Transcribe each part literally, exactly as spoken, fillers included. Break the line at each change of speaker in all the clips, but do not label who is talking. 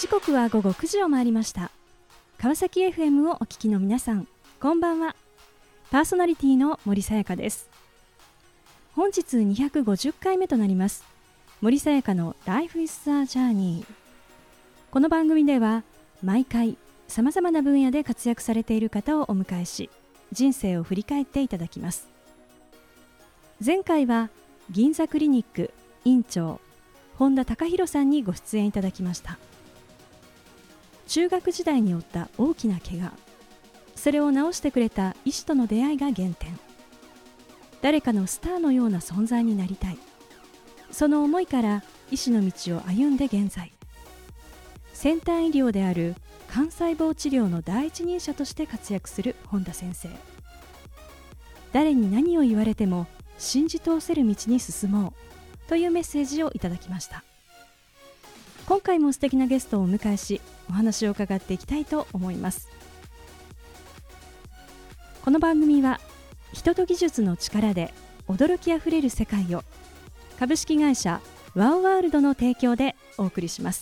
時刻は午後くじを回りました。川崎 エフエム をお聞きの皆さん、こんばんは。パーソナリティの森さやかです。本日にひゃくごじゅっかいめとなります森さやかの Life is a Journey。 この番組では毎回さまざまな分野で活躍されている方をお迎えし、人生を振り返っていただきます。前回は銀座クリニック院長本田隆弘さんにご出演いただきました。中学時代に負った大きな怪我、それを治してくれた医師との出会いが原点。誰かのスターのような存在になりたい、その思いから医師の道を歩んで現在、先端医療である幹細胞治療の第一人者として活躍する本田先生。誰に何を言われても信じ通せる道に進もうというメッセージをいただきました。今回も素敵なゲストをお迎えし、お話を伺っていきたいと思います。この番組は人と技術の力で驚きあふれる世界を、株式会社ワオワールドの提供でお送りします。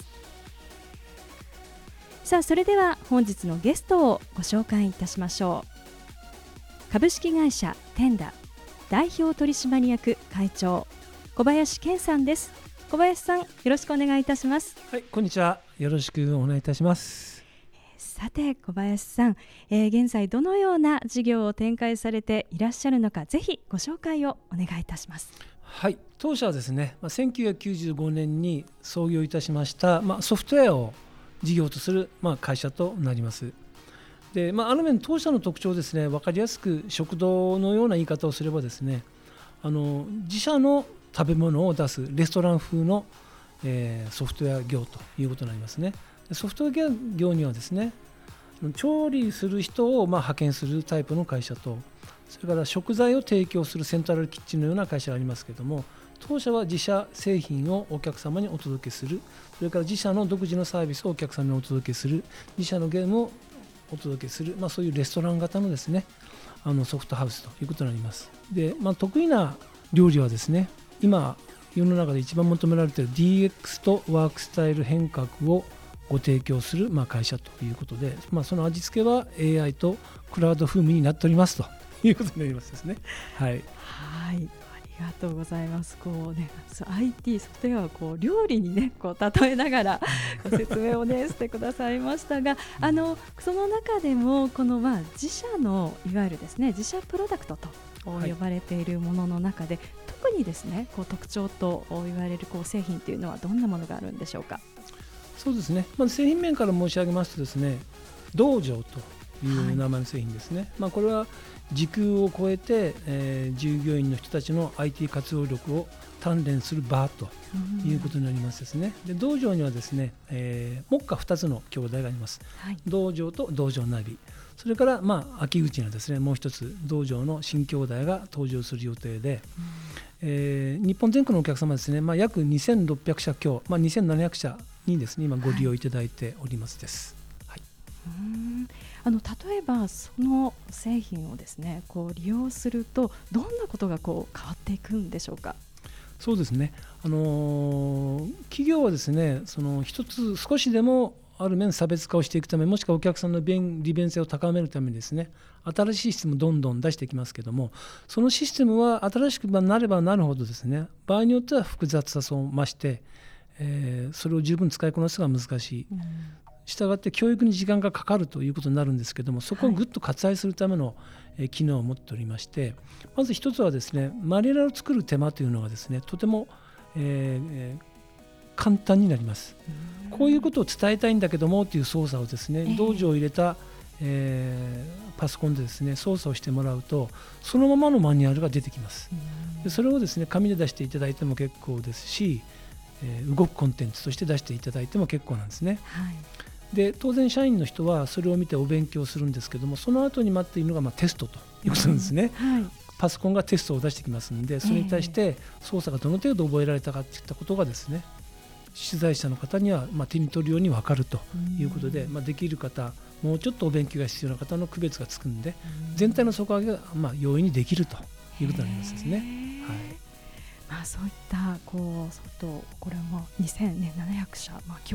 さあ、それでは本日のゲストをご紹介いたしましょう。株式会社テンダ代表取締役会長小林健さんです。小林さん、よろしくお願いいたします。
はい、こんにちは。よろしくお願いいたします。
さて小林さん、えー、現在どのような事業を展開されていらっしゃるのか、ぜひご紹介をお願いいたします。
はい、当社はですね、まあ、せんきゅうひゃくきゅうじゅうごねんに創業いたしました、まあ、ソフトウェアを事業とする、まあ、会社となります。で、まあ、ある面当社の特徴ですね、分かりやすく食堂のような言い方をすればですね、あの自社の食べ物を出すレストラン風の、えー、ソフトウェア業ということになりますね。でソフトウェア業にはですね、調理する人をまあ派遣するタイプの会社と、それから食材を提供するセントラルキッチンのような会社がありますけれども、当社は自社製品をお客様にお届けする、それから自社の独自のサービスをお客様にお届けする、自社のゲームをお届けする、まあ、そういうレストラン型のですね、あのソフトハウスということになります。で、まあ、得意な料理はですね、今世の中で一番求められている ディーエックス とワークスタイル変革をご提供する、まあ、会社ということで、まあ、その味付けは エーアイ とクラウド風味になっておりますということになりますですね。はい、
はい、ありがとうございます。こうね、アイティー ソフトウェアをこう料理にね、こう例えながらご説明をねしてくださいましたが、あのその中でもこのまあ自社のいわゆるですね、自社プロダクトと呼ばれているものの中で、はい、特にですね、こう特徴と言われるこう製品というのはどんなものがあるんでしょうか。
そうですね、まず製品面から申し上げますとですね、道場という名前の製品ですね。はい、まあ、これは時空を超えて、えー、従業員の人たちの アイティー 活用力を鍛錬する場ということになりますですね。で、道場にはですね、えー、目下ふたつの兄弟があります。はい、道場と道場ナビ、それから、まあ、秋口にはですね、もう一つ道場の新兄弟が登場する予定で、えー、日本全国のお客様ですね、まあ、約にせんろっぴゃくしゃ強、まあ、にせんななひゃくしゃにですね、今ご利用いただいておりますです。はい、
うーん、あの例えばその製品をですね、こう利用するとどんなことがこう変わっていくんでしょうか。
そうですね、あのー、企業はですね、その一つ少しでもある面差別化をしていくため、もしくはお客さんの便利便性を高めるためにですね、新しいシステムをどんどん出していきますけども、そのシステムは新しくなればなるほどですね、場合によっては複雑さを増して、えー、それを十分使いこなすのが難しい、うん、したがって教育に時間がかかるということになるんですけども、そこをぐっと割愛するための、えー、機能を持っておりまして、まず一つはですね、マニュアルを作る手間というのがですね、とても、えー、簡単になります。こういうことを伝えたいんだけどもという操作をですね、えー、道場を入れた、えー、パソコンでですね操作をしてもらうと、そのままのマニュアルが出てきます。でそれをですね紙で出していただいても結構ですし、えー、動くコンテンツとして出していただいても結構なんですね。はい、で当然社員の人はそれを見てお勉強するんですけども、その後に待っているのがまあテストということなんですね。うん、はい、パソコンがテストを出してきますので、それに対して操作がどの程度覚えられたかといったことがですね、取材者の方にはまあ手に取るように分かるということで、まあ、できる方、もうちょっとお勉強が必要な方の区別がつくんで、全体の底上げがまあ容易にできるということになりますですね。はい、
まあ、そういったこう外、これもにせんななひゃくしゃ、まあ、強と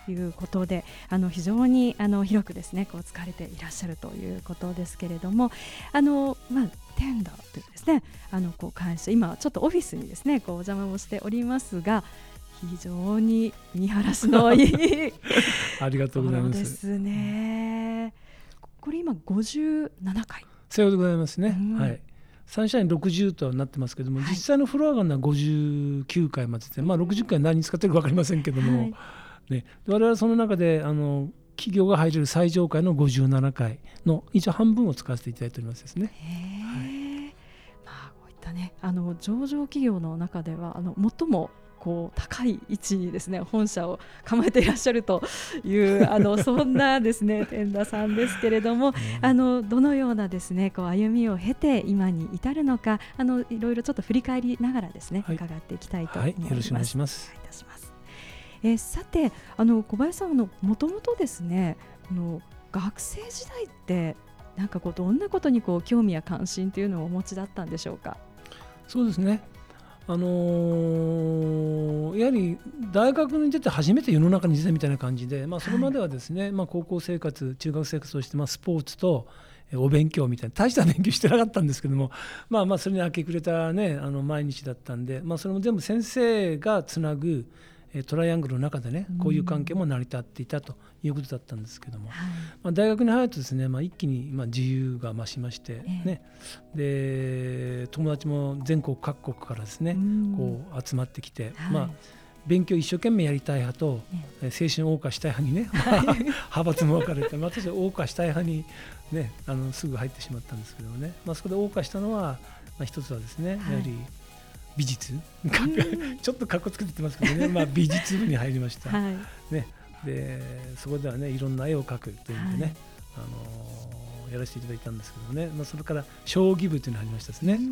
いうことで、あの非常にあの広くですねこう使われていらっしゃるということですけれども、あの、まあ、テンダーというですねあのこう会社、今ちょっとオフィスにですねこうお邪魔をしておりますが、非常に見晴らしのいい
ありがとうございます。
ですね。これ今ごじゅうななかい。
さようでございますね、
うん、
はい、サンシャインろくじゅうとはなってますけども、
はい、
実際のフロアがあるのはごじゅうきゅうかいまでで、まあ、ろくじゅっかい何に使ってるか分かりませんけども、はいね、我々はその中であの企業が入れる最上階のごじゅうななかいの一応半分を使わせていただいておりますですね。
へ、はい、まあ、こういったねあの上場企業の中ではあの最もこう高い位置にですね本社を構えていらっしゃるというあのそんなですね天田さんですけれども、あのどのようなですねこう歩みを経て今に至るのか、あのいろいろちょっと振り返りながらですね、はい、伺っていきたいと思います。はい、
よろしくお願いします。
お願いいたします。えー、さてあの小林さんのもともとですねこの学生時代ってなんかこうどんなことにこう興味や関心というのをお持ちだったんでしょうか。
そうですね、あのー、やはり大学に出て初めて世の中に出たみたいな感じで、まあ、それまではですね、はい、まあ、高校生活中学生活をして、まあ、スポーツとお勉強みたいな大した勉強してなかったんですけども、まあ、まあそれに明け暮れた、ね、あの毎日だったんで、まあ、それも全部先生がつなぐトライアングルの中でねこういう関係も成り立っていたということだったんですけども、はい、まあ、大学に入るとですね、まあ、一気にまあ自由が増しましてね、えー、で友達も全国各国からですねこう集まってきて、はい、まあ、勉強一生懸命やりたい派と、ね、青春謳歌したい派にね、まあ、派閥も分かれて、私は謳歌したい派に、ね、あのすぐ入ってしまったんですけどもね、まあ、そこで謳歌したのは、まあ、一つはですね、はい、やはり美術ちょっとかっこつけて言ってますけどね、まあ、美術部に入りました、はい、ね、でそこではねいろんな絵を描くというのでね、はい、あのー、やらせていただいたんですけどね、まあ、それから将棋部というのがありましたですね。うん、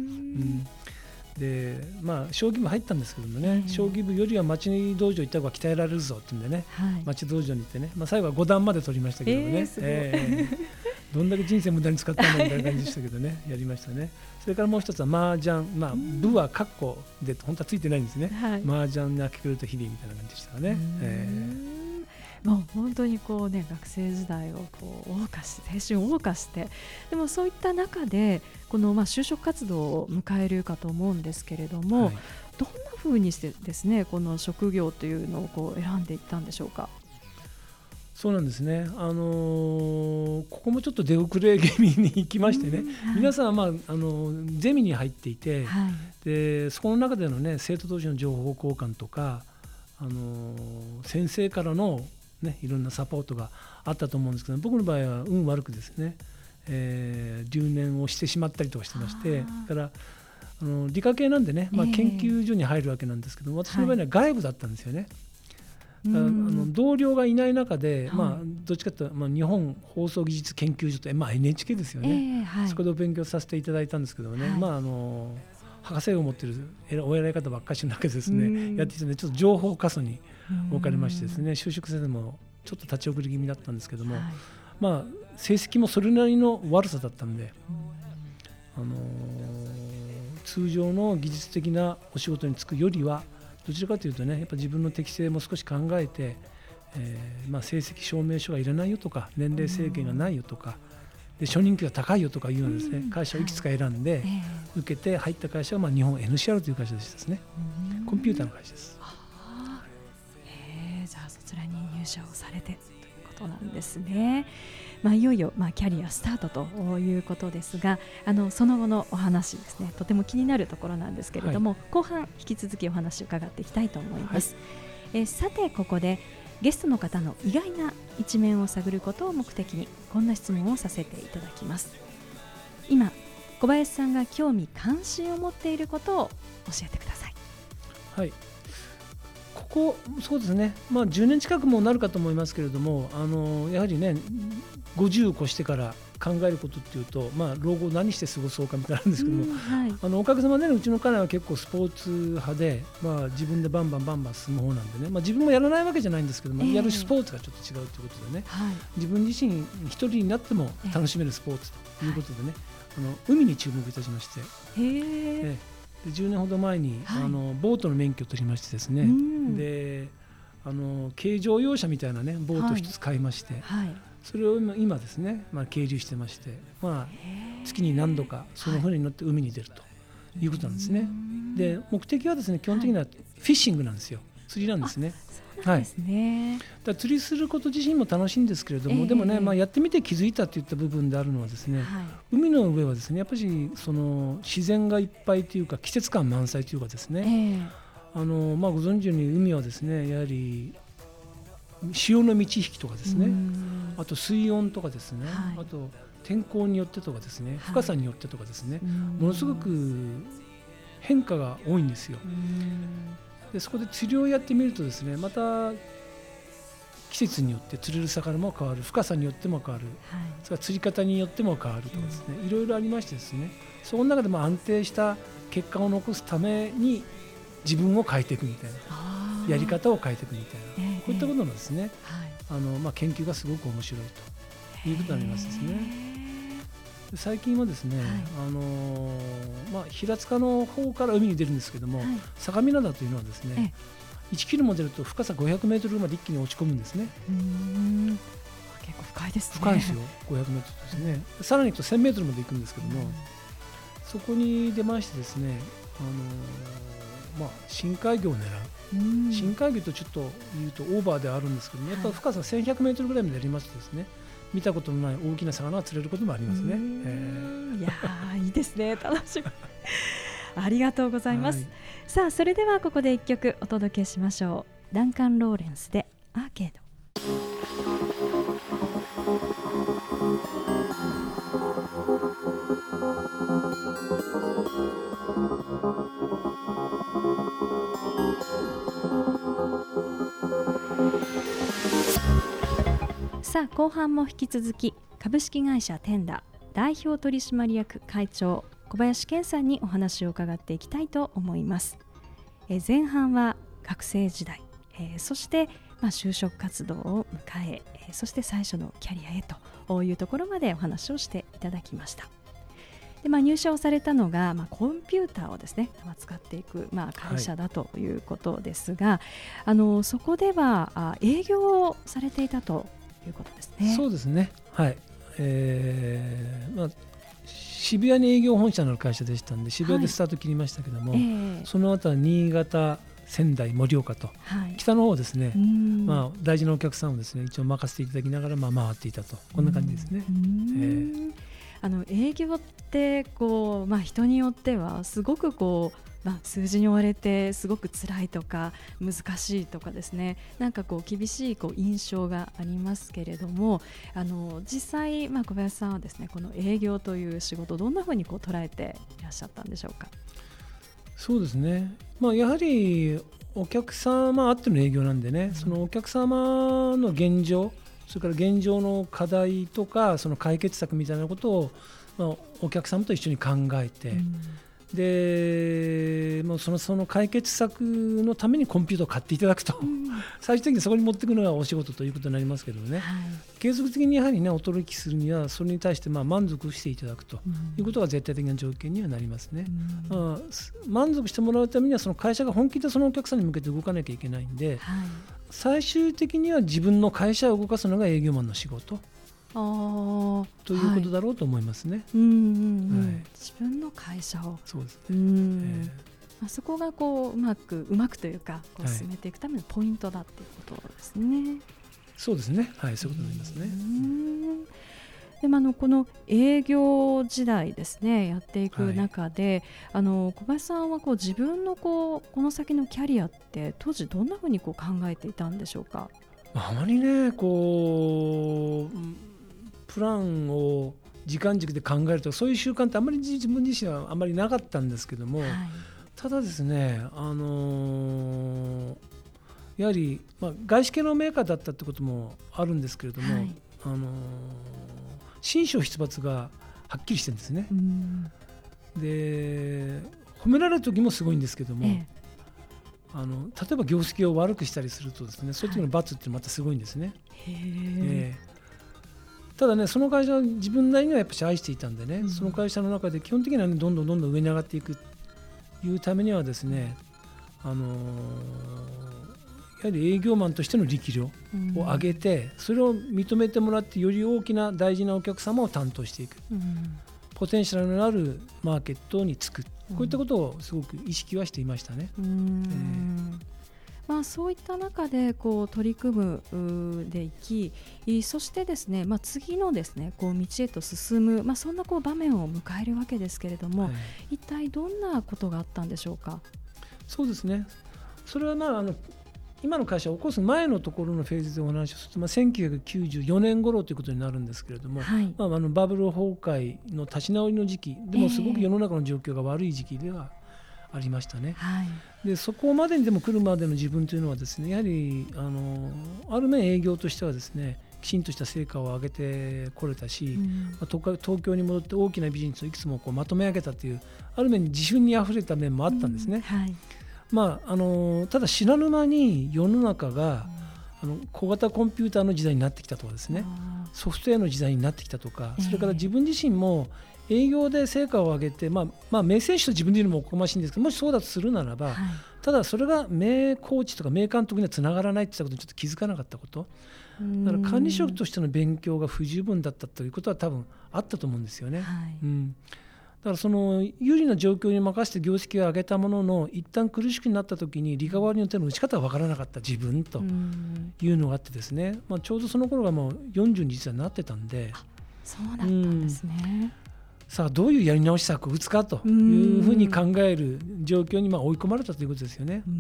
でまあ、将棋部入ったんですけどもね、将棋部よりは町道場行った方が鍛えられるぞっていうんでね、はい、町道場に行ってね、まあ、最後はご段まで取りましたけどもね、えーえー、どんだけ人生無駄に使ったんだみたいな感じでしたけどねやりましたね。それからもう一つは麻雀、まあ、部はカッコで本当はついてないんですね、はい、麻雀に明け暮れた日々みたいな感じでしたかね。え
ー、もう本当にこう、ね、学生時代をこう謳歌し青春を謳歌して、でもそういった中でこの、まあ、就職活動を迎えるかと思うんですけれども、はい、どんなふうにしてですねこの職業というのをこう選んでいったんでしょうか。
そうなんですね、あのー、ここもちょっと出遅れ気味に行きましてね、はい、皆さんは、まあ、あのゼミに入っていて、はい、でそこの中での、ね、生徒同士の情報交換とか、あのー、先生からの、ね、いろんなサポートがあったと思うんですけど、僕の場合は運悪くですね、えー、留年をしてしまったりとかしてまして、だからあの理科系なんでね、まあ、研究所に入るわけなんですけど、えー、私の場合には外部だったんですよね。はい、あの同僚がいない中で、はい、まあ、どっちかというと、まあ、日本放送技術研究所と、まあ、エヌエイチケー ですよね、えーはい、そこでお勉強させていただいたんですけどもね、はい、まあ、あの博士を持っているお偉い方ばっかりの中でですねやっていたので、ちょっと情報過疎に置かれましてですね、就職先生もちょっと立ち遅れ気味だったんですけども、はい、まあ、成績もそれなりの悪さだったんで、あのー、通常の技術的なお仕事に就くよりはどちらかというとね、やっぱ自分の適性も少し考えて、えーまあ、成績証明書がいらないよとか、年齢制限がないよとか、で初任給が高いよとかいうようなですね、会社をいくつか選んで受けて入った会社は、まあ、日本 エヌシーアール という会社ですね。コンピューターの会社です。
あ、へー、じゃあそちらに入社をされてということなんですね。まあ、いよいよ、まあ、キャリアスタートということですが、あのその後のお話ですね、とても気になるところなんですけれども、はい、後半引き続きお話を伺っていきたいと思います。はい、えさてここでゲストの方の意外な一面を探ることを目的にこんな質問をさせていただきます。今小林さんが興味関心を持っていることを教えてください。
はい、ここそうですね、まあ、じゅうねん近くもなるかと思いますけれども、あのやはりねごじゅうを越してから考えることっていうと、まあ、老後何して過ごそうかみたいなんですけども、はい、あのおかげさまで、ね、うちの家内は結構スポーツ派で、まあ、自分でバンバンバンバン進む方なんでね、まあ、自分もやらないわけじゃないんですけども、えー、やるスポーツがちょっと違うということでね、はい、自分自身一人になっても楽しめるスポーツということでね、えー、あの海に注目いたしまして、えーえー、でじゅうねんほど前に、はい、あのボートの免許を取りましてですね、であの軽乗用車みたいなねボートを一つ買いまして、
はい、
それを今今ですね、まあ、係留してまして、まあ、月に何度かその船に乗って海に出るということなんですね。で目的はですね基本的にはフィッシングなんですよ。釣りなんですね。
そうなんですね。
はい、だ釣りすること自身も楽しいんですけれども、えー、でもね、まあ、やってみて気づいたといった部分であるのはですね、はい、海の上はですねやっぱりその自然がいっぱいというか季節感満載というかですね、えーあのまあ、ご存知のように海はですねやはり潮の満ち引きとかですね、あと水温とかですね、はい、あと天候によってとかですね、深さによってとかですね、はい、ものすごく変化が多いんですよ。でそこで釣りをやってみるとですね、また季節によって釣れる魚も変わる、深さによっても変わる、はい、それから釣り方によっても変わるとかですね、いろいろありましてですね、その中でも安定した結果を残すために自分を変えていくみたいな、やり方を変えていくみたいな、えー、こういったことのですね、えーはい、あのまあ、研究がすごく面白いということになりますですね。最近はですね、はい、あのーまあ、平塚の方から海に出るんですけども、はい、相模灘というのはですね、いちキロも出ると深さごひゃくメートルまで一気に落ち込むんですね。
うーん、結構深いですね。
深いですよ、ごひゃくメートルですね。さらに行くとせんメートルまで行くんですけども、そこに出ましてですね、あのーまあ、深海魚を狙う、深海魚とちょっと言うとオーバーではあるんですけども、やっぱり深させんひゃくメートルぐらいまでやりますとですね、見たことのない大きな魚が釣れることもありますね。え
ー、いやいいですね、楽しみありがとうございます、はい、さあそれではここでいっきょくお届けしましょう。ダンカン・ローレンスでアーケード。さあ後半も引き続き株式会社テンダ代表取締役会長小林健さんにお話を伺っていきたいと思います。え前半は学生時代、えー、そして、まあ、就職活動を迎ええー、そして最初のキャリアへというところまでお話をしていただきました。で、まあ、入社をされたのが、まあ、コンピューターをですね、まあ、使っていく、まあ、会社だということですが、はい、あのそこではあ営業をされていたということですね。
そうですね、はい、えーまあ、渋谷に営業本社のある会社でしたので渋谷でスタート切りましたけども、はい、えー、その後は新潟、仙台、盛岡と、はい、北の方ですね、まあ、大事なお客さんをですね一応任せていただきながら、まあ、回っていたと、こんな感じですね。えー、
あの営業ってこう、まあ、人によってはすごくこうまあ、数字に追われてすごく辛いとか難しいとかですね、なんかこう厳しいこう印象がありますけれども、あの実際、まあ、小林さんはですねこの営業という仕事どんなふうにこう捉えていらっしゃったんでしょうか。
そうですね、まあ、やはりお客様あっての営業なんでね、うん、そのお客様の現状、それから現状の課題とかその解決策みたいなことを、まあ、お客様と一緒に考えて、うん、でもうそのその解決策のためにコンピューターを買っていただくと、うん、最終的にそこに持っていくのがお仕事ということになりますけどね、はい、継続的にやはりねお取引するにはそれに対してまあ満足していただくということが絶対的な条件にはなりますね、うん、まあ、満足してもらうためにはその会社が本気でそのお客さんに向けて動かなきゃいけないんで、はい、最終的には自分の会社を動かすのが営業マンの仕事あということだろうと思いますね。
自分の会社を
そうですね、
うん、えーまあ、そこがこううまくうまくというかこう進めていくためのポイントだっていうことですね、はい、
そうですね、はい、そういうことになりますね。
うんでもあのこの営業時代ですねやっていく中で、はい、あの小林さんはこう自分のこうこの先のキャリアって当時どんなふうにこう考えていたんでしょうか。
あまりねこうプランを時間軸で考えるとそういう習慣ってあまり自分自身はあまりなかったんですけども、はい、ただですね、あのー、やはり、まあ、外資系のメーカーだったってこともあるんですけれども、はい、あのー、信賞必罰がはっきりしてるんですね。で褒められる時もすごいんですけども、ええ、あの例えば業績を悪くしたりするとですね、そういう時の罰ってまたすごいんですね。へえーただね、その会社は自分なりにはやっぱり愛していたんでね、うん、その会社の中で基本的には、ね、どんどんどんどん上に上がっていくというためにはですね、あのー、やははり営業マンとしての力量を上げて、うん、それを認めてもらってより大きな大事なお客様を担当していく、うん、ポテンシャルのあるマーケットにつく、こういったことをすごく意識はしていましたね。うん、
えーまあ、そういった中でこう取り組むでいき、そしてですね、まあ、次のですねこう道へと進む、まあ、そんなこう場面を迎えるわけですけれども、はい、一体どんなことがあったんでしょうか。
そうですね、それはまああの今の会社を起こす前のところのフェーズでお話をすると、まあ、せんきゅうひゃくきゅうじゅうよねん頃ということになるんですけれども、はい、まあ、あのバブル崩壊の立ち直りの時期でもすごく世の中の状況が悪い時期ではありましたね。はい、でそこまでにでも来るまでの自分というのはですね、やはりあのある面営業としてはですねきちんとした成果を上げてこれたし、うん、まあ、東京に戻って大きなビジネスをいくつもこうまとめ上げたというある面自信にあふれた面もあったんですね。うん、はい、まあ、あのただ知らぬ間に世の中が、うん、あの小型コンピューターの時代になってきたとかですね、ソフトウェアの時代になってきたとか、それから自分自身も営業で成果を上げて、まあまあ、名選手と自分で言うのもおこがましいんですけど、もしそうだとするならば、はい、ただそれが名コーチとか名監督にはつながらないといったことにちょっと気づかなかったこと、だから管理職としての勉強が不十分だったということは多分あったと思うんですよね。はい、うん、だからその有利な状況に任せて業績を上げたものの一旦苦しくなった時にリカバリーの手の打ち方が分からなかった自分というのがあってですね、まあ、ちょうどその頃がもうよんじゅうに実はなってたんで、
そうだったんですね。うん、
さあどういうやり直し策を打つかというふうに考える状況にまあ追い込まれたということですよね。うん、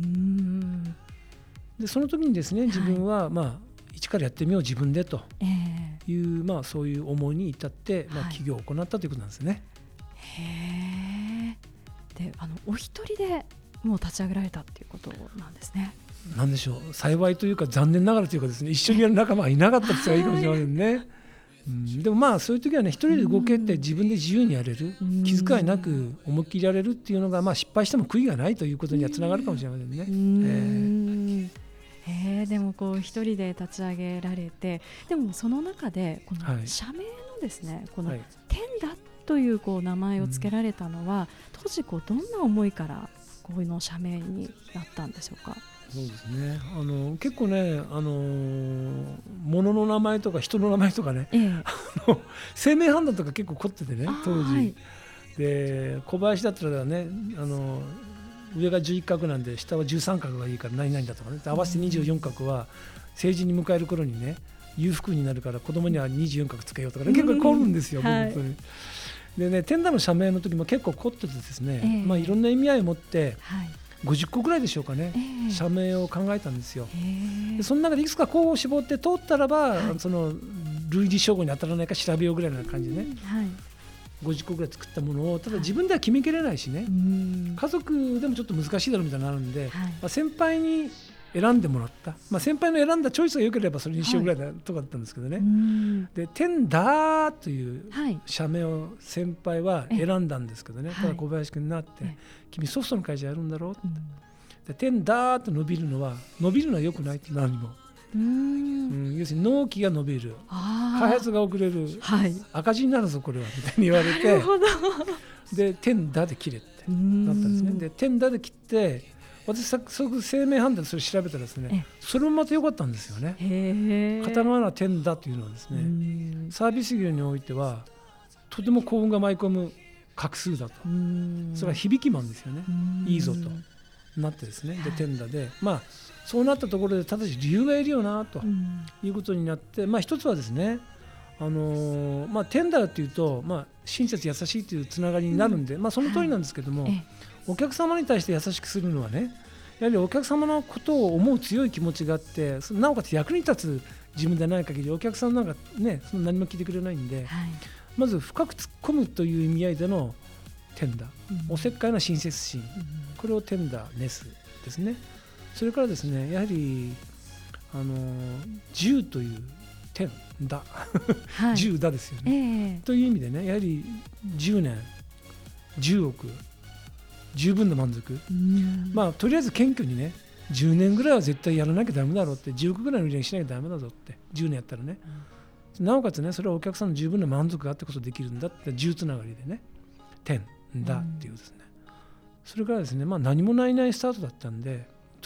でその時にですね、自分はまあ、はい、一からやってみよう自分でという、まあ、そういう思いに至って、まあ、起業を行ったということなんですね。
はい、へー。であのお一人でもう立ち上げられたということなんですね。
なんでしょう、幸いというか残念ながらというかですね、一緒にやる仲間がいなかったというのがいいかもしれませんね。うん、でもまあそういう時はね、一人で動けて自分で自由にやれる、気遣いなく思いっきりやれるっていうのが、まあ失敗しても悔いがないということにはつながるかもしれませんね。うん、
えー、でもこう一人で立ち上げられて、でもその中でこの社名のですね、はい、このテンダというこう名前を付けられたのは、うん、当時こうどんな思いからこういうの社名になったんでしょうか。
そうですね、あの結構ね、あの物の名前とか人の名前とかね、ええ、あの生命判断とか結構凝っててね当時、はい、で小林だったらね、あの上がじゅういち画なんで下はじゅうさん画がいいから何々だとかね、合わせてにじゅうよん画は成人に迎える頃にね裕福になるから子供にはにじゅうよん画つけようとかね、結構凝るんですよ、はい、僕でね、テンダの社名の時も結構凝っててですね、ええ、まあ、いろんな意味合いを持って、はい、ごじゅっこぐらいでしょうかね、えー、社名を考えたんですよ。でその中でいくつか候補を絞って通ったらば、はい、その類似称号に当たらないか調べようぐらいな感じでね、はい、ごじゅっこぐらい作ったものを、ただ自分では決めきれないしね、はい、家族でもちょっと難しいだろうみたいになるんで、はい、まあ、先輩に選んでもらった、まあ、先輩の選んだチョイスが良ければそれにしようぐらいだとかだったんですけどね、はい、でテンダーという社名を先輩は選んだんですけどね、はい、ただ小林君になって、はい、君ソフトの会社やるんだろうって、うん、でテンダーと伸びるのは伸びるのは良くないって何も、うーん、うん、要するに納期が伸びる、開発が遅れる、はい、赤字になるぞこれはみたいに言われて、なるほどでテンダーで切れってなったんですね。でテンダーで切って私早速生命判断でそれ調べたらですね、それもまた良かったんですよね。へカタカナテンダというのはですね、サービス業においてはとても幸運が舞い込む画数だと、それは響きもんですよね、いいぞとなってですね、でテンダで、まあそうなったところでただし理由がいるよなということになって、まあ一つはですね、あのーまあ、テンダーというと、まあ、親切優しいというつながりになるんで、うん、まあ、その通りなんですけども、はい、お客様に対して優しくするのはね、やはりお客様のことを思う強い気持ちがあって、なおかつ役に立つ自分でない限りお客さんなんかね、その何も聞いてくれないんで、はい、まず深く突っ込むという意味合いでのテンダー、うん、おせっかいな親切心、うん、これをテンダーネスですね。それからですね、やはりあのじゅうというテンダ、はい、じゅうだですよね、えー、という意味でね、やはりじゅうねんじゅうおく十分な満足、まあとりあえず謙虚にね、じゅうねんぐらいは絶対やらなきゃダメだろうって、じゅうおくぐらいの売り上げしなきゃダメだぞって、じゅうねんやったらね、うん、なおかつね、それはお客さんの十分な満足があってこそできるんだって、じゅうつながりでね、テンだっていうですね、うん、それからですね、まあ何もないないスタートだったんで、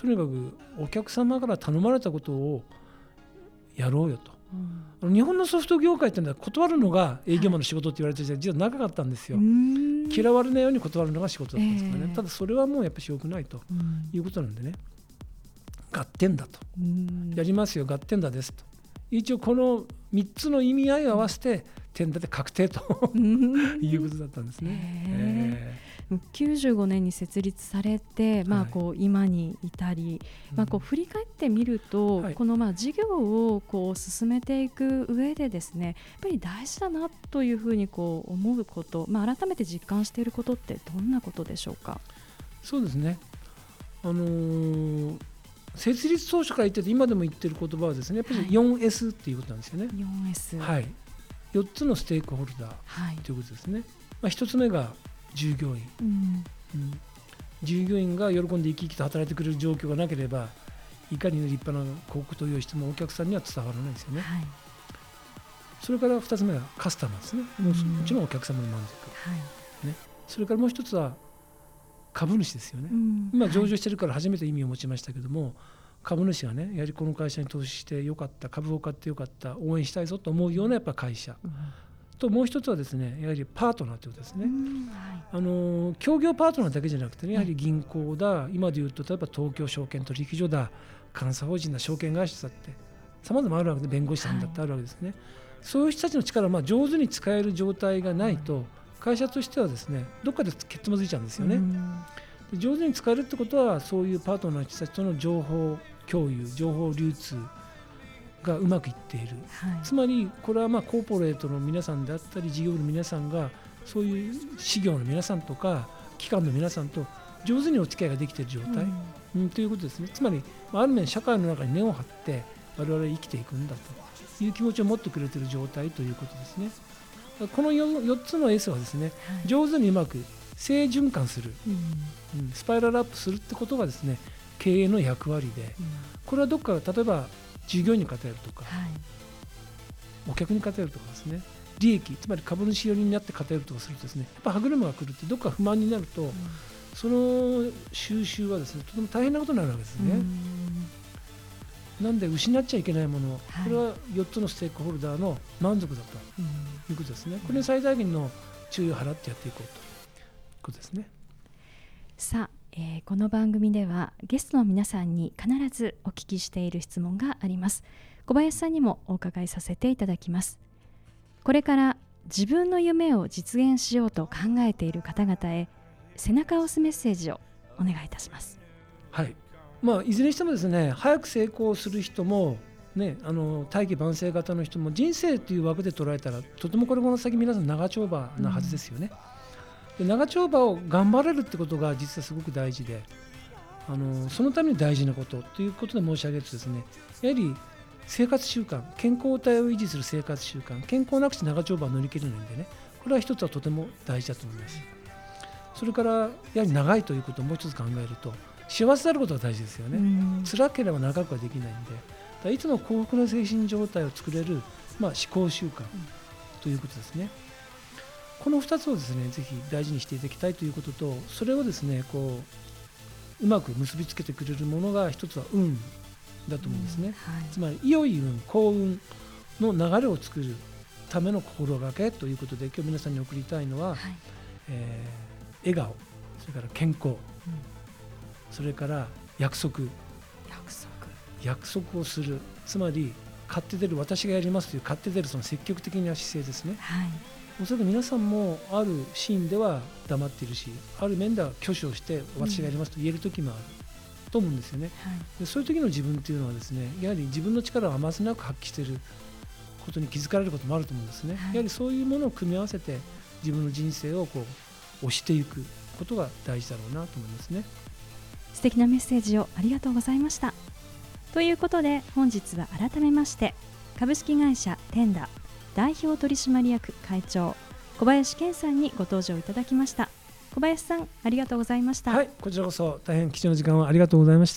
とにかくお客様から頼まれたことをやろうよと、うん、日本のソフト業界っていうのは断るのが営業マンの仕事って言われてる時代、実は長かったんですよ。嫌われないように断るのが仕事だったんですからね、えー、ただそれはもうやっぱり良くないということなんでね、合点だと、やりますよ合点だですと、一応このみっつの意味合いを合わせて点だって確定ということだったんですね。
えーきゅうじゅうごねんに設立されて、まあ、こう今に至り、まあ、こう振り返ってみると、はい、このまあ事業をこう進めていく上でですね、やっぱり大事だなというふうにこう思うこと、まあ、改めて実感していることってどんなことでしょうか。
そうですね、あのー、設立当初から言ってて今でも言ってる言葉はですね、やっぱり よんエス っていうことなんですよね。
よんエス、
はい、よっつのステークホルダーということですね。まあ、ひとつめが従業員、うんうん、従業員が喜んで生き生きと働いてくれる状況がなければいかに立派な広告と用意してもお客さんには伝わらないですよね。はい、それからふたつめがカスタマーですね、うん、もちろんお客様の満足、はいね、それからもう一つは株主ですよね、うん、今上場してるから初めて意味を持ちましたけども、はい、株主がねやはりこの会社に投資してよかった、株を買ってよかった、応援したいぞと思うようなやっぱ会社、うん、ともう一つはですねやはりパートナーということですね、うんはい、あの協業パートナーだけじゃなくてね、やはり銀行だ、今でいうと例えば東京証券取引所だ、監査法人だ、証券会社だってさまざまあるわけで、弁護士さんだってあるわけですね、はい、そういう人たちの力をまあ上手に使える状態がないと、会社としてはですねどっかでけつまずいちゃうんですよね、うん、で上手に使えるってことはそういうパートナーの人たちとの情報共有、情報流通がうまくいっている、はい、つまりこれはまあコーポレートの皆さんであったり事業部の皆さんがそういう事業の皆さんとか機関の皆さんと上手にお付き合いができている状態、うんうん、ということですね。つまりある面社会の中に根を張って我々は生きていくんだという気持ちを持ってくれている状態ということですね。この 4, よっつの エス はですね、はい、上手にうまく正循環する、うんうん、スパイラルアップするってことがですね経営の役割で、うん、これはどっか例えば従業員に偏るとか、はい、お客に偏るとかですね、利益つまり株主寄りになって偏るとかするとですね、やっぱ歯車が来るってどっか不満になると、うん、その収集はですねとても大変なことになるわけですね。なんで失っちゃいけないもの、これはよっつのステークホルダーの満足だということですね。これに最大限の注意を払ってやっていこうということですね。
さあ、えー、この番組ではゲストの皆さんに必ずお聞きしている質問があります。小林さんにもお伺いさせていただきます。これから自分の夢を実現しようと考えている方々へ背中を押すメッセージをお願いいたします。
はい、まあ、いずれにしてもですね早く成功する人も、ね、あの大器晩成型の人も人生という枠で捉えたらとてもこれから先皆さん長丁場なはずですよね、うん、で長丁場を頑張れるってことが実はすごく大事で、あのそのために大事なことということで申し上げるとですね、やはり生活習慣、健康体を維持する生活習慣、健康なくして長丁場を乗り切れないんでね、これは一つはとても大事だと思います。それからやはり長いということをもう一つ考えると幸せであることが大事ですよね。辛ければ長くはできないんで、だいつも幸福な精神状態を作れる、まあ、思考習慣ということですね。このふたつをですねぜひ大事にしていただきたいということと、それをですねこううまく結びつけてくれるものが一つは運だと思うんですね、うんはい、つまり良い運、幸運の流れを作るための心がけということで今日皆さんに送りたいのは、はいえー、笑顔、それから健康、うん、それから約束
約束
約束をする、つまり買って出る、私がやりますという買って出るその積極的な姿勢ですね、はい、おそらく皆さんもあるシーンでは黙っているし、ある面では挙手をして私がやりますと言える時もある、うん、と思うんですよね、はい、でそういう時の自分というのはですねやはり自分の力を余すなく発揮していることに気づかれることもあると思うんですね、はい、やはりそういうものを組み合わせて自分の人生をこう押していくことが大事だろうなと思いますね。
素敵なメッセージをありがとうございました。ということで本日は改めまして株式会社テンダ代表取締役会長小林健さんにご登場いただきました。小林さんありがとうございました。
はい、こちらこそ大変貴重な時間をありがとうございました。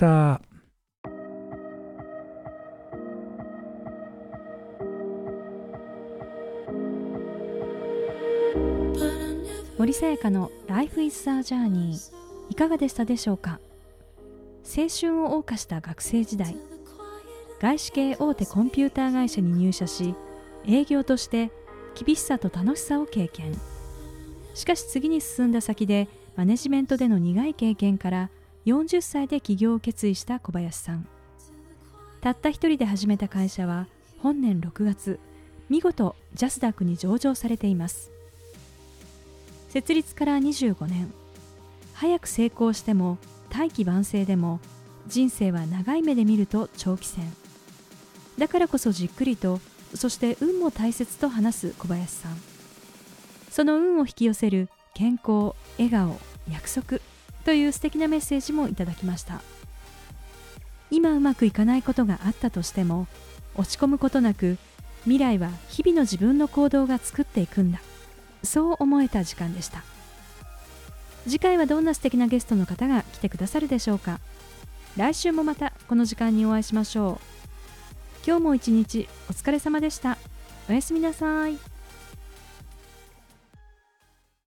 森さやかの Life is a Journey いかがでしたでしょうか。 青春を謳歌した学生時代、外資系大手コンピューター会社に入社し、営業として厳しさと楽しさを経験。しかし次に進んだ先でマネジメントでの苦い経験からよんじゅっさいで起業を決意した小林さん。たった一人で始めた会社は本年ろくがつ、見事ジャスダックに上場されています。設立からにじゅうごねん、早く成功しても大器晩成でも人生は長い目で見ると長期戦。だからこそじっくりと、そして運も大切と話す小林さん。その運を引き寄せる健康、笑顔、約束という素敵なメッセージもいただきました。今うまくいかないことがあったとしても、落ち込むことなく、未来は日々の自分の行動が作っていくんだ。そう思えた時間でした。次回はどんな素敵なゲストの方が来てくださるでしょうか。来週もまたこの時間にお会いしましょう。今日も一日お疲れ様でした。おやすみなさい。